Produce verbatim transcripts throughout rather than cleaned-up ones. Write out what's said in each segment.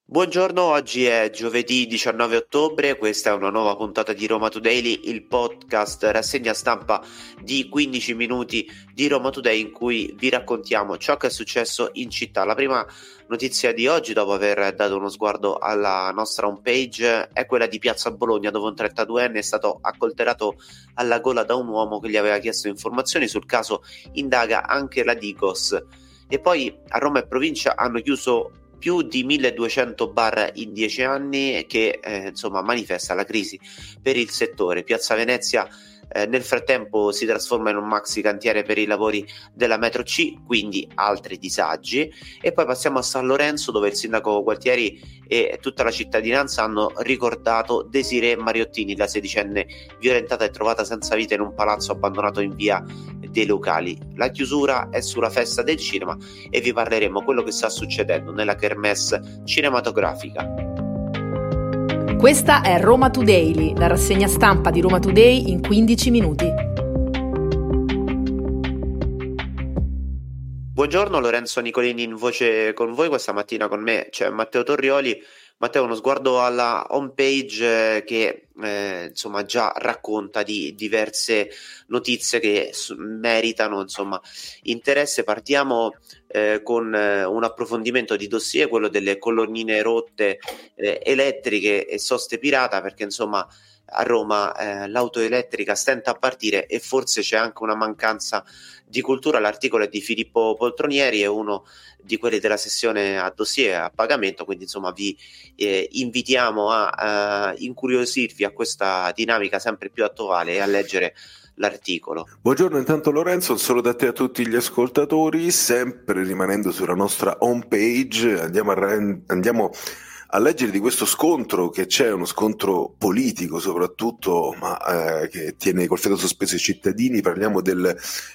Buongiorno, oggi è giovedì diciannove ottobre, questa è una nuova puntata di Roma Today, il podcast rassegna stampa di quindici minuti di Roma Today in cui vi raccontiamo ciò che è successo in città. La prima notizia di oggi, dopo aver dato uno sguardo alla nostra homepage, è quella di Piazza Bologna, dove un trentaduenne è stato accoltellato alla gola da un uomo che gli aveva chiesto informazioni. Sul caso indaga anche la Digos. E poi a Roma e provincia hanno chiuso più di milleduecento bar in dieci anni, che eh, insomma manifesta la crisi per il settore. Piazza Venezia eh, nel frattempo si trasforma in un maxi cantiere per i lavori della metro C, quindi altri disagi. E poi passiamo a San Lorenzo, dove il sindaco Gualtieri e tutta la cittadinanza hanno ricordato Desirée Mariottini, la sedicenne violentata e trovata senza vita in un palazzo abbandonato in via dei Locali. La chiusura è sulla festa del cinema e vi parleremo quello che sta succedendo nella kermesse cinematografica. Questa è Roma Today, la rassegna stampa di Roma Today in quindici minuti. Buongiorno, Lorenzo Nicolini in voce con voi. Questa mattina con me c'è Matteo Torrioli. Matteo, uno sguardo alla homepage che eh, insomma già racconta di diverse notizie che su- meritano insomma interesse. Partiamo eh, con eh, un approfondimento di dossier, quello delle colonnine rotte eh, elettriche e soste pirata, perché insomma a Roma eh, l'auto elettrica stenta a partire e forse c'è anche una mancanza di cultura. L'articolo è di Filippo Poltronieri, è uno di quelli della sessione a dossier a pagamento, quindi insomma vi eh, invitiamo a uh, incuriosirvi a questa dinamica sempre più attuale e a leggere l'articolo. Buongiorno intanto Lorenzo, un saluto a te e a tutti gli ascoltatori. Sempre rimanendo sulla nostra homepage andiamo a, andiamo a leggere di questo scontro, che c'è uno scontro politico soprattutto, ma eh, che tiene col fiato sospeso i cittadini. Parliamo del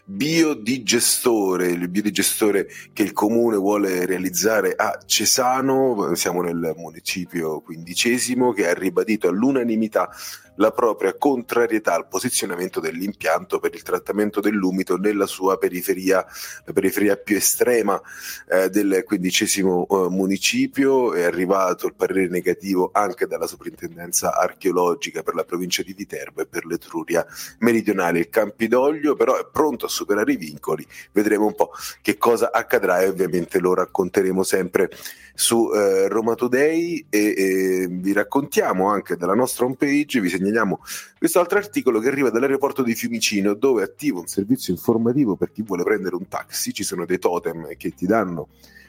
biodigestore, il biodigestore che il comune vuole realizzare a Cesano. Siamo nel municipio quindicesimo, che ha ribadito all'unanimità la propria contrarietà al posizionamento dell'impianto per il trattamento dell'umido nella sua periferia, la periferia più estrema eh, del quindicesimo eh, municipio. È arrivato il parere negativo anche dalla soprintendenza archeologica per la provincia di Viterbo e per l'Etruria meridionale. Il Campidoglio però è pronto a superare i vincoli. Vedremo un po' che cosa accadrà e ovviamente lo racconteremo sempre su eh, Roma Today e, e vi raccontiamo anche dalla nostra homepage, vi segnaliamo questo altro articolo che arriva dall'aeroporto di Fiumicino, dove è attivo un servizio informativo per chi vuole prendere un taxi. Ci sono dei totem che ti danno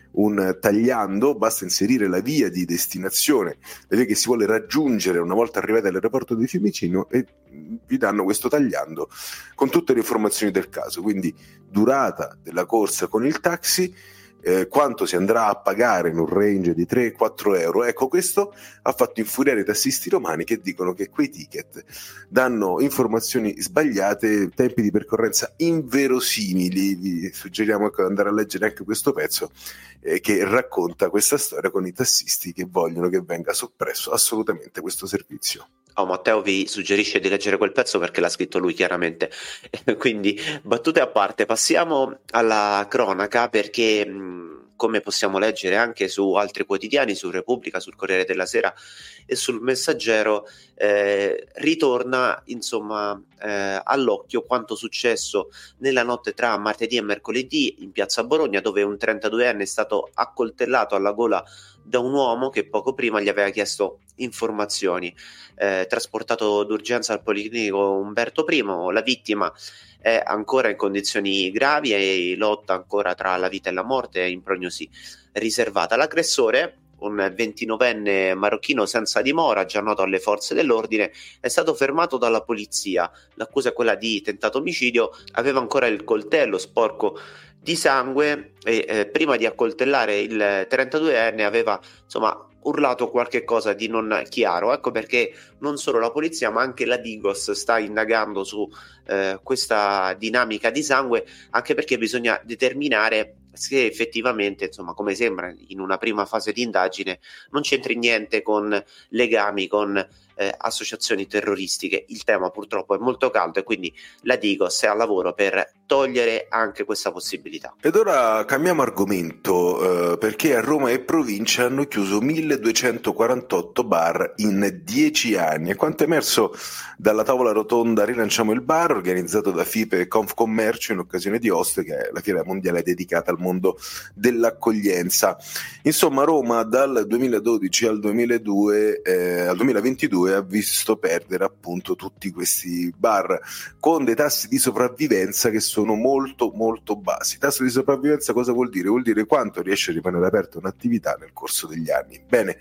un tagliando, basta inserire la via di destinazione, la via che si vuole raggiungere una volta arrivati all'aeroporto di Fiumicino, e vi danno questo tagliando con tutte le informazioni del caso, quindi durata della corsa con il taxi, Eh, quanto si andrà a pagare in un range di tre quattro euro. Ecco, questo ha fatto infuriare i tassisti romani, che dicono che quei ticket danno informazioni sbagliate, tempi di percorrenza inverosimili. Vi suggeriamo di andare a leggere anche questo pezzo eh, che racconta questa storia con i tassisti che vogliono che venga soppresso assolutamente questo servizio. Oh, Matteo vi suggerisce di leggere quel pezzo perché l'ha scritto lui chiaramente. Quindi battute a parte, passiamo alla cronaca, perché mh, come possiamo leggere anche su altri quotidiani, su Repubblica, sul Corriere della Sera e sul Messaggero, eh, ritorna insomma eh, all'occhio quanto successo nella notte tra martedì e mercoledì in Piazza Bologna, dove un trentaduenne è stato accoltellato alla gola da un uomo che poco prima gli aveva chiesto informazioni. Eh, trasportato d'urgenza al Policlinico Umberto I, la vittima è ancora in condizioni gravi e lotta ancora tra la vita e la morte, è in prognosi riservata. L'aggressore, un ventinovenne marocchino senza dimora, già noto alle forze dell'ordine, è stato fermato dalla polizia. L'accusa è quella di tentato omicidio, aveva ancora il coltello sporco di sangue e eh, prima di accoltellare il trentaduenne aveva insomma urlato qualche cosa di non chiaro. Ecco perché non solo la polizia ma anche la Digos sta indagando su eh, questa dinamica di sangue, anche perché bisogna determinare se effettivamente, insomma, come sembra in una prima fase di indagine, non c'entri niente con legami con eh, associazioni terroristiche. Il tema purtroppo è molto caldo e quindi la Digos è al lavoro per togliere anche questa possibilità. Ed ora cambiamo argomento, eh, perché a Roma e provincia hanno chiuso milleduecentoquarantotto bar in dieci anni. E quanto è emerso dalla tavola rotonda Rilanciamo il Bar, organizzato da FIPE e Confcommercio in occasione di Host, che è la fiera mondiale dedicata al mondo dell'accoglienza. Insomma, Roma dal duemiladodici al duemiladue, eh, al duemilaventidue ha visto perdere appunto tutti questi bar con dei tassi di sopravvivenza che sono molto molto bassi. Tasso di sopravvivenza cosa vuol dire? Vuol dire quanto riesce a rimanere aperta un'attività nel corso degli anni. Bene,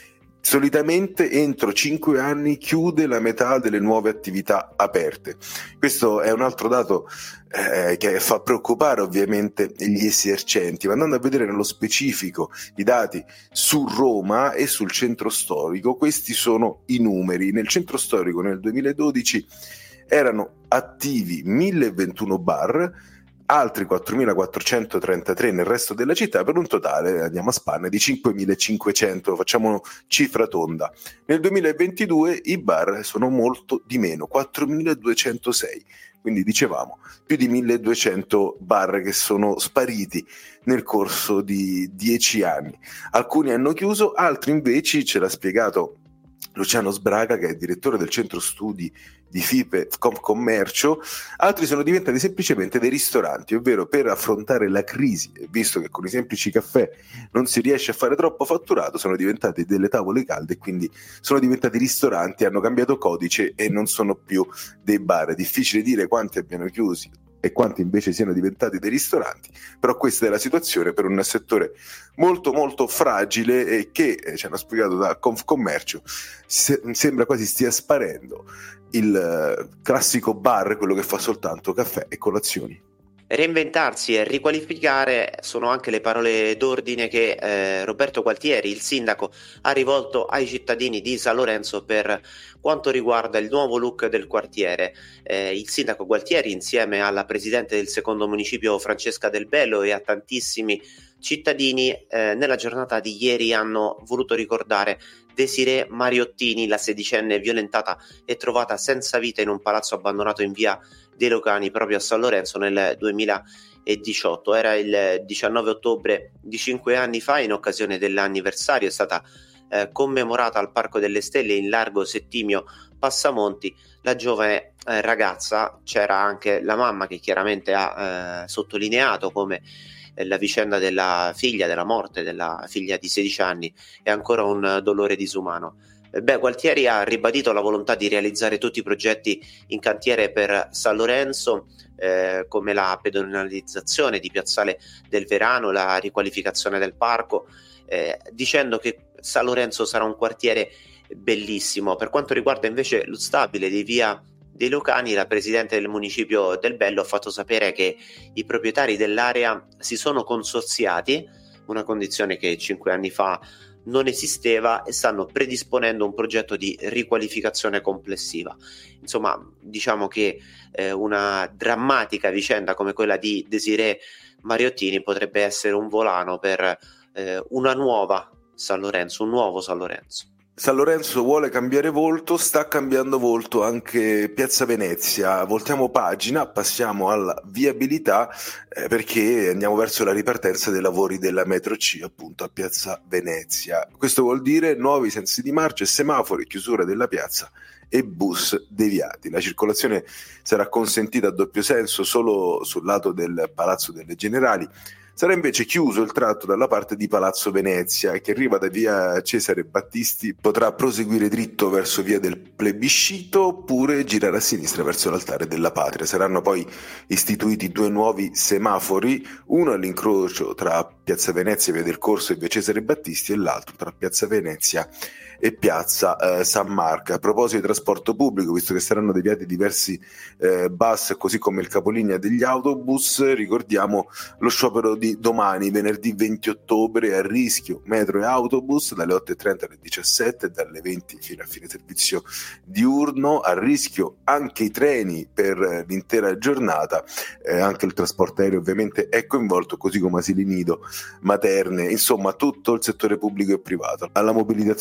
solitamente entro cinque anni chiude la metà delle nuove attività aperte. Questo è un altro dato eh, che fa preoccupare ovviamente gli esercenti, ma andando a vedere nello specifico i dati su Roma e sul centro storico, questi sono i numeri. Nel centro storico nel duemiladodici erano attivi milleventuno bar, altri quattromilaquattrocentotrentatré nel resto della città, per un totale, andiamo a spanne, di cinquemilacinquecento, facciamo cifra tonda. Nel duemilaventidue i bar sono molto di meno, quattromiladuecentosei, quindi dicevamo più di milleduecento bar che sono spariti nel corso di dieci anni. Alcuni hanno chiuso, altri invece, ce l'ha spiegato Luciano Sbraga, che è direttore del centro studi di FIPE Confcommercio, altri sono diventati semplicemente dei ristoranti, ovvero per affrontare la crisi, visto che con i semplici caffè non si riesce a fare troppo fatturato, sono diventati delle tavole calde e quindi sono diventati ristoranti, hanno cambiato codice e non sono più dei bar. È difficile dire quanti abbiano chiusi e quanti invece siano diventati dei ristoranti, però questa è la situazione per un settore molto molto fragile e che, eh, ci hanno spiegato da Confcommercio, se, sembra quasi stia sparendo il eh, classico bar, quello che fa soltanto caffè e colazioni. Reinventarsi e riqualificare sono anche le parole d'ordine che eh, Roberto Gualtieri, il sindaco, ha rivolto ai cittadini di San Lorenzo per quanto riguarda il nuovo look del quartiere. Eh, il sindaco Gualtieri, insieme alla presidente del secondo municipio Francesca Del Bello e a tantissimi cittadini, eh, nella giornata di ieri hanno voluto ricordare Desirée Mariottini, la sedicenne violentata e trovata senza vita in un palazzo abbandonato in via dei Locani proprio a San Lorenzo nel duemiladiciotto. Era il diciannove ottobre di cinque anni fa, in occasione dell'anniversario è stata eh, commemorata al Parco delle Stelle in largo Settimio Passamonti la giovane eh, ragazza. C'era anche la mamma che chiaramente ha eh, sottolineato come eh, la vicenda della figlia, della morte della figlia di sedici anni è ancora un dolore disumano. Beh, Gualtieri ha ribadito la volontà di realizzare tutti i progetti in cantiere per San Lorenzo, eh, come la pedonalizzazione di Piazzale del Verano, la riqualificazione del parco, eh, dicendo che San Lorenzo sarà un quartiere bellissimo. Per quanto riguarda invece lo stabile di via dei Locani, la presidente del municipio Del Bello ha fatto sapere che i proprietari dell'area si sono consorziati, una condizione che cinque anni fa non esisteva, e stanno predisponendo un progetto di riqualificazione complessiva. Insomma, diciamo che eh, una drammatica vicenda come quella di Desirée Mariottini potrebbe essere un volano per eh, una nuova San Lorenzo, un nuovo San Lorenzo. San Lorenzo vuole cambiare volto, sta cambiando volto anche Piazza Venezia. Voltiamo pagina, passiamo alla viabilità, eh, perché andiamo verso la ripartenza dei lavori della metro C appunto a Piazza Venezia. Questo vuol dire nuovi sensi di marcia, semafori, chiusura della piazza e bus deviati. La circolazione sarà consentita a doppio senso solo sul lato del Palazzo delle Generali. Sarà invece chiuso il tratto dalla parte di Palazzo Venezia, che arriva da via Cesare Battisti, potrà proseguire dritto verso via del Plebiscito oppure girare a sinistra verso l'Altare della Patria. Saranno poi istituiti due nuovi semafori, uno all'incrocio tra Piazza Venezia, via del Corso e via Cesare Battisti, e l'altro tra Piazza Venezia e Piazza eh, San Marco. A proposito di trasporto pubblico, visto che saranno deviati diversi eh, bus, così come il capolinea degli autobus, ricordiamo lo sciopero di domani, venerdì venti ottobre, a rischio metro e autobus dalle otto e trenta alle diciassette e dalle venti fino a fine servizio diurno. A rischio anche i treni per l'intera giornata, eh, anche il trasporto aereo ovviamente è coinvolto, così come asili nido, materne, insomma tutto il settore pubblico e privato. Alla mobilitazione partecipa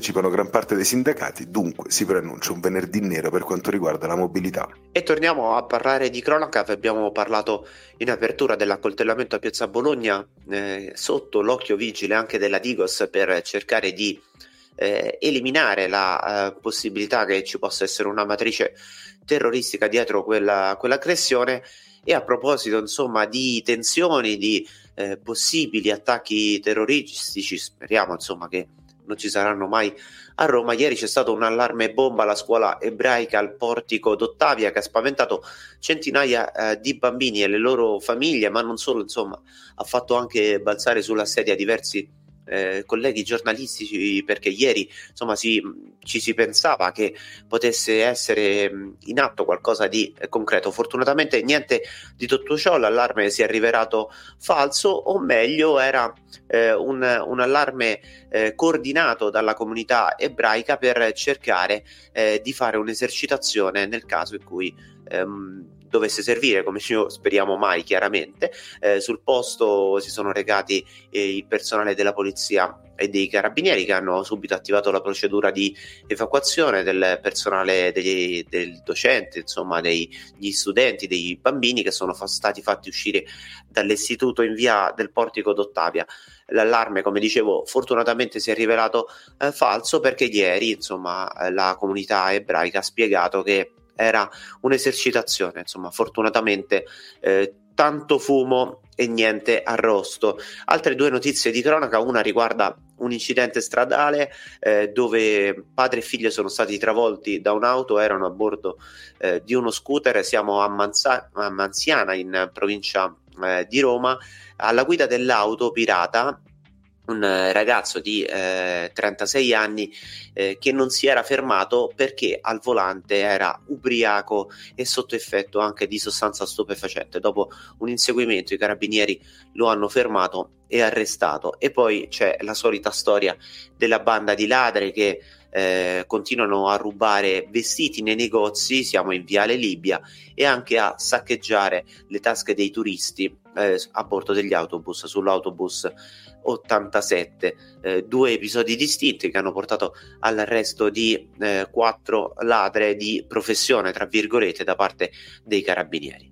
partecipano gran parte dei sindacati, dunque si preannuncia un venerdì nero per quanto riguarda la mobilità. E torniamo a parlare di cronaca. Abbiamo parlato in apertura dell'accoltellamento a Piazza Bologna, eh, sotto l'occhio vigile anche della Digos per cercare di eh, eliminare la eh, possibilità che ci possa essere una matrice terroristica dietro quella, quell'aggressione. E a proposito insomma di tensioni, di eh, possibili attacchi terroristici, speriamo insomma che non ci saranno mai a Roma. Ieri c'è stato un allarme bomba alla scuola ebraica al Portico d'Ottavia che ha spaventato centinaia eh, di bambini e le loro famiglie, ma non solo, insomma ha fatto anche balzare sulla sedia diversi Eh, colleghi giornalistici, perché ieri insomma si, ci si pensava che potesse essere in atto qualcosa di eh, concreto. Fortunatamente niente di tutto ciò, l'allarme si è rivelato falso, o meglio era eh, un, un allarme eh, coordinato dalla comunità ebraica per cercare eh, di fare un'esercitazione nel caso in cui ehm, dovesse servire, come ci speriamo mai chiaramente. Eh, sul posto si sono recati eh, il personale della polizia e dei carabinieri, che hanno subito attivato la procedura di evacuazione del personale degli, del docente, insomma degli studenti, dei bambini che sono fa- stati fatti uscire dall'istituto in via del Portico d'Ottavia. L'allarme, come dicevo, fortunatamente si è rivelato eh, falso, perché ieri insomma la comunità ebraica ha spiegato che era un'esercitazione, insomma fortunatamente eh, tanto fumo e niente arrosto. Altre due notizie di cronaca: una riguarda un incidente stradale eh, dove padre e figlio sono stati travolti da un'auto, erano a bordo eh, di uno scooter. Siamo a, Manza- a Manziana, in provincia eh, di Roma. Alla guida dell'auto pirata un ragazzo di eh, trentasei anni eh, che non si era fermato perché al volante era ubriaco e sotto effetto anche di sostanza stupefacente. Dopo un inseguimento i carabinieri lo hanno fermato e arrestato. E poi c'è la solita storia della banda di ladri che eh, continuano a rubare vestiti nei negozi, siamo in Viale Libia, e anche a saccheggiare le tasche dei turisti eh, a bordo degli autobus, sull'autobus ottantasette. Eh, due episodi distinti che hanno portato all'arresto di eh, quattro ladre di professione, tra virgolette, da parte dei carabinieri.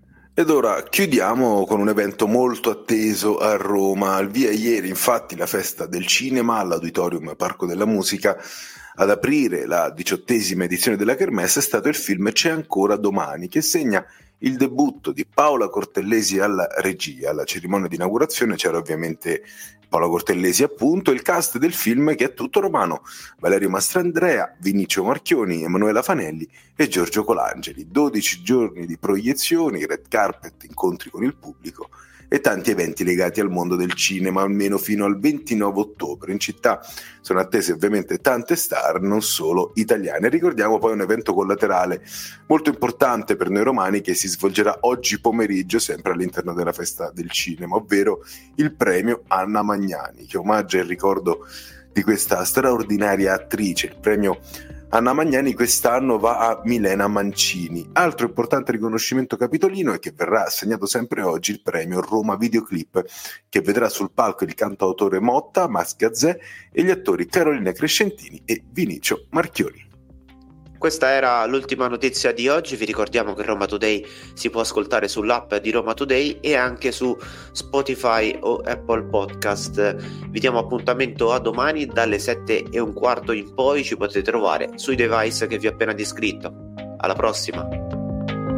Ed ora chiudiamo con un evento molto atteso a Roma. Al via ieri infatti la festa del cinema all'Auditorium Parco della Musica. Ad aprire la diciottesima edizione della Kermesse è stato il film C'è ancora domani, che segna il debutto di Paola Cortellesi alla regia. Alla cerimonia di inaugurazione c'era ovviamente Paola Cortellesi, appunto, il cast del film, che è tutto romano: Valerio Mastrandrea, Vinicio Marchioni, Emanuela Fanelli e Giorgio Colangeli. dodici giorni di proiezioni, red carpet, incontri con il pubblico e tanti eventi legati al mondo del cinema, almeno fino al ventinove ottobre. In città sono attese ovviamente tante star, non solo italiane. Ricordiamo poi un evento collaterale molto importante per noi romani che si svolgerà oggi pomeriggio, sempre all'interno della festa del cinema, ovvero il premio Anna Magnani, che omaggia il ricordo di questa straordinaria attrice. Il premio Anna Magnani quest'anno va a Milena Mancini. Altro importante riconoscimento capitolino è che verrà assegnato sempre oggi il premio Roma Videoclip, che vedrà sul palco il cantautore Motta, Max Gazzè e gli attori Carolina Crescentini e Vinicio Marchioni. Questa era l'ultima notizia di oggi. Vi ricordiamo che Roma Today si può ascoltare sull'app di Roma Today e anche su Spotify o Apple Podcast. Vi diamo appuntamento a domani dalle sette e un quarto in poi. Ci potete trovare sui device che vi ho appena descritto. Alla prossima.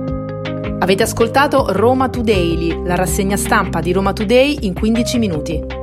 Avete ascoltato Roma Today, la rassegna stampa di Roma Today in quindici minuti.